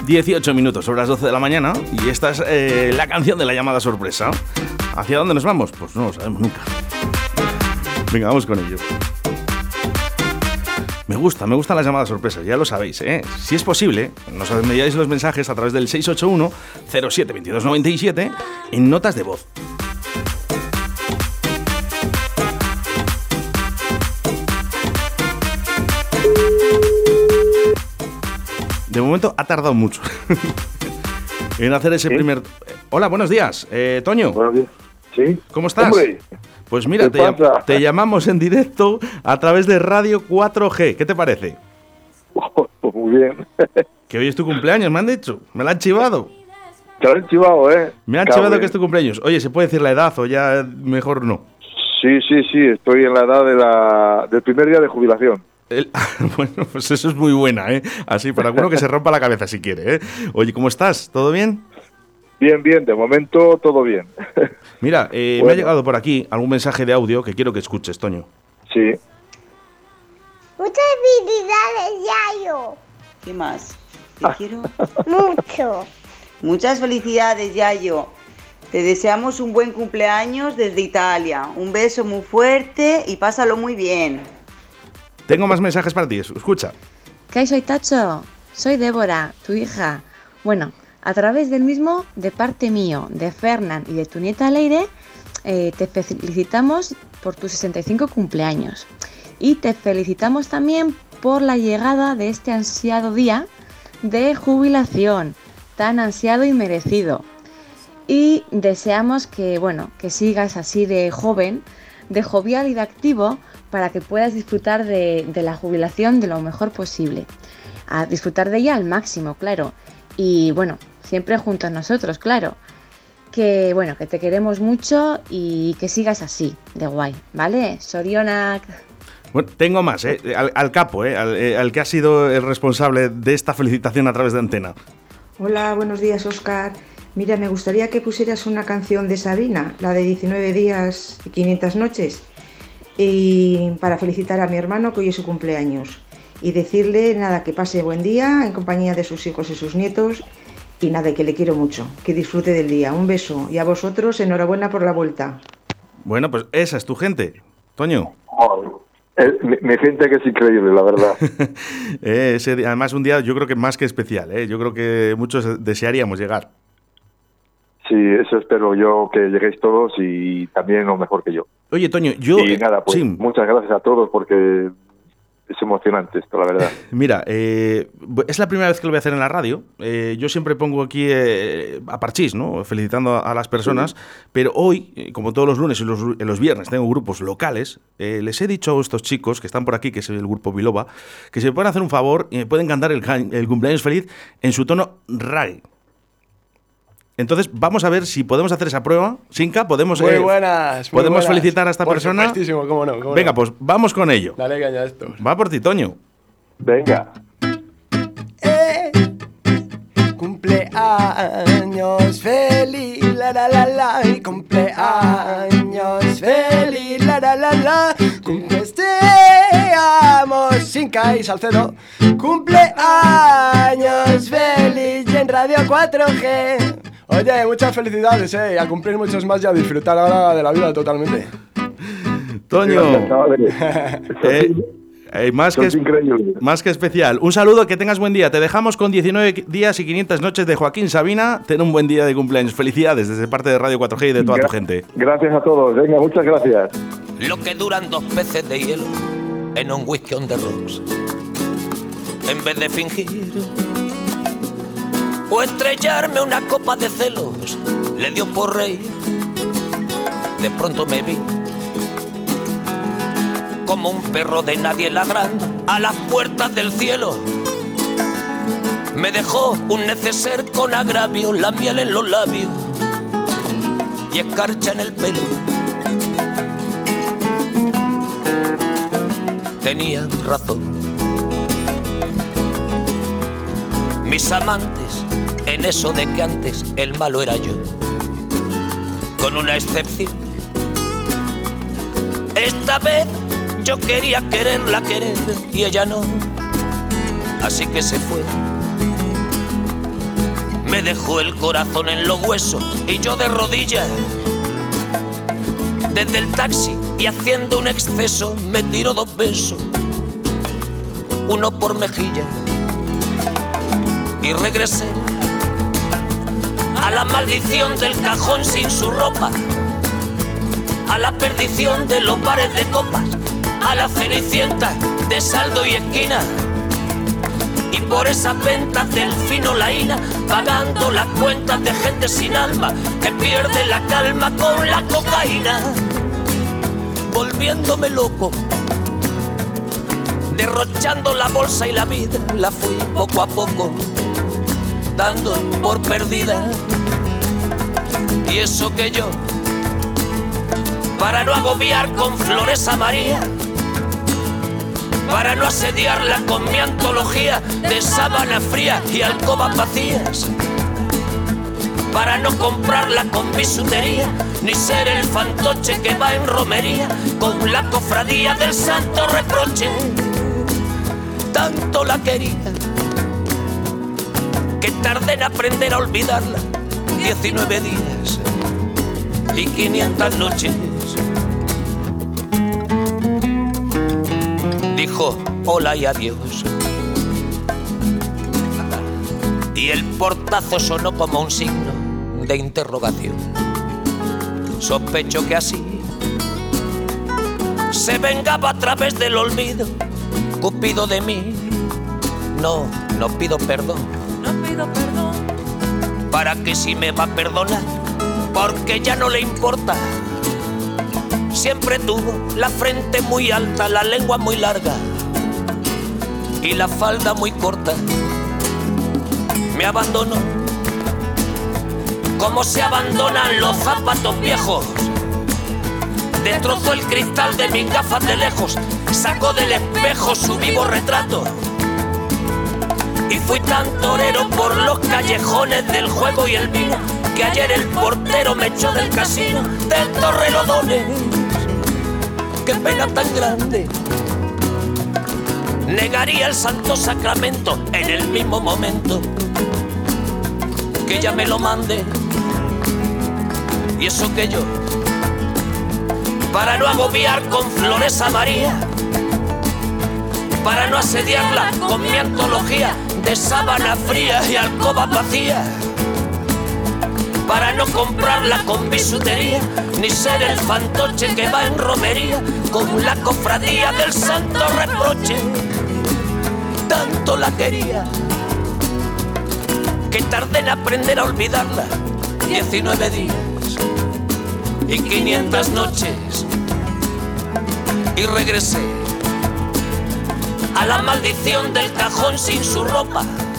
18 minutos sobre las 12 de la mañana y esta es la canción de la llamada sorpresa. ¿Hacia dónde nos vamos? Pues no lo sabemos nunca. Venga, vamos con ello. Me gustan las llamadas sorpresas, ya lo sabéis, ¿eh? Si es posible, nos enviáis los mensajes a través del 681 07 22 97 en notas de voz. De momento ha tardado mucho en hacer ese primer... Hola, buenos días. Toño. Buenos días. ¿Sí? ¿Cómo estás? ¡Hombre! Pues mira, te llamamos en directo a través de Radio 4G. ¿Qué te parece? Muy bien. Que hoy es tu cumpleaños, me han dicho. Me lo han chivado. Te lo han chivado, ¿eh? Me han chivado que es tu cumpleaños. Oye, ¿se puede decir la edad o ya mejor no? Sí. Estoy en la edad del primer día de jubilación. Bueno, pues eso es muy buena, ¿eh? Así, para alguno que se rompa la cabeza si quiere, ¿eh? Oye, ¿cómo estás? ¿Todo bien? Bien, de momento todo bien. Mira, bueno. Me ha llegado por aquí algún mensaje de audio que quiero que escuches, Toño. Sí. Muchas felicidades, Yayo. ¿Qué más? Te quiero mucho. Muchas felicidades, Yayo. Te deseamos un buen cumpleaños desde Italia. Un beso muy fuerte y pásalo muy bien. Tengo más mensajes para ti, escucha. ¿Qué soy Tacho? Soy Débora, tu hija. Bueno, a través del mismo, de parte mío, de Fernán y de tu nieta Leire, te felicitamos por tu 65 cumpleaños. Y te felicitamos también por la llegada de este ansiado día de jubilación, tan ansiado y merecido. Y deseamos que sigas así de joven, de jovial y de activo, para que puedas disfrutar de la jubilación de lo mejor posible. A disfrutar de ella al máximo, claro. Y bueno, siempre junto a nosotros, claro. Que te queremos mucho y que sigas así, de guay, ¿vale? Sorionak. Bueno, tengo más, al capo, al que ha sido el responsable de esta felicitación a través de Antena. Hola, buenos días, Óscar. Mira, me gustaría que pusieras una canción de Sabina, la de 19 días y 500 noches, y para felicitar a mi hermano que hoy es su cumpleaños. Y decirle, que pase buen día en compañía de sus hijos y sus nietos, y que le quiero mucho, que disfrute del día. Un beso, y a vosotros, enhorabuena por la vuelta. Bueno, pues esa es tu gente, Toño. Mi gente que es increíble, la verdad. Además, un día yo creo que más que especial, yo creo que muchos desearíamos llegar. Sí, eso espero yo, que lleguéis todos y también lo mejor que yo. Oye, Toño, sí. Muchas gracias a todos porque es emocionante esto, la verdad. Mira, es la primera vez que lo voy a hacer en la radio. Yo siempre pongo aquí a parchís, ¿no? Felicitando a las personas, pero hoy, como todos los lunes y los viernes, tengo grupos locales. Les he dicho a estos chicos que están por aquí, que es el grupo Biloba, que se me pueden hacer un favor y me pueden cantar el cumpleaños feliz en su tono reggae. Entonces, vamos a ver si podemos hacer esa prueba. Sinca, ¿podemos felicitar a esta persona? Por supuestísimo, cómo no. Venga, pues vamos con ello. Dale caña a esto. Va por ti, Toño. Venga. Cumpleaños feliz, la la la la. Y cumpleaños feliz, la la la la. Cumpleaños Sinca y Salcedo. Cumpleaños feliz y en Radio 4G. Oye, muchas felicidades, a cumplir muchos más y a disfrutar ahora de la vida totalmente. Toño, más que especial. Un saludo, que tengas buen día. Te dejamos con 19 días y 500 noches de Joaquín Sabina. Ten un buen día de cumpleaños. Felicidades desde parte de Radio 4G y de toda tu gente. Gracias a todos. Venga, muchas gracias. Lo que duran 2 peces de hielo en un whisky on the rocks. En vez de fingir o estrellarme una copa de celos, le dio por reír. De pronto me vi como un perro de nadie ladrando a las puertas del cielo. Me dejó un neceser con agravio, la miel en los labios y escarcha en el pelo. Tenía razón. Mis amantes en eso de que antes el malo era yo, con una excepción. Esta vez yo quería quererla querer y ella no, así que se fue. me dejó el corazón en los huesos y yo de rodillas. Desde el taxi y haciendo un exceso me tiró 2 besos, uno por mejilla, y regresé a la maldición del cajón sin su ropa, a la perdición de los bares de copas, a la cenicienta de saldo y esquina, y por esas ventas del fino laína, pagando las cuentas de gente sin alma que pierde la calma con la cocaína, volviéndome loco, derrochando la bolsa y la vida, la fui poco a poco dando por perdida. Y eso que yo, para no agobiar con flores a María, para no asediarla con mi antología de sábana fría y alcobas vacías, para no comprarla con bisutería, ni ser el fantoche que va en romería con la cofradía del santo reproche. Tanto la quería que tardé en aprender a olvidarla 19 días y 500 noches. Dijo hola y adiós, y el portazo sonó como un signo de interrogación. Sospecho que así se vengaba a través del olvido Cupido de mí. No pido perdón, para que si me va a perdonar, porque ya no le importa. Siempre tuvo la frente muy alta, la lengua muy larga y la falda muy corta. Me abandonó como se abandonan los zapatos viejos. Destrozó el cristal de mis gafas de lejos, sacó del espejo su vivo retrato. Y fui tan torero por los callejones del juego y el vino, que ayer el portero me echó del casino del Torrelodones. Qué pena tan grande, negaría el santo sacramento en el mismo momento que ella me lo mande. Y eso que yo, para no agobiar con flores a María, para no asediarla con mi antología de sábana fría y alcobas vacías, para no comprarla con bisutería, ni ser el fantoche que va en romería con la cofradía del santo reproche. Tanto la quería que tardé en aprender a olvidarla 19 días y 500 noches, y regresé a la maldición del cajón sin su ropa,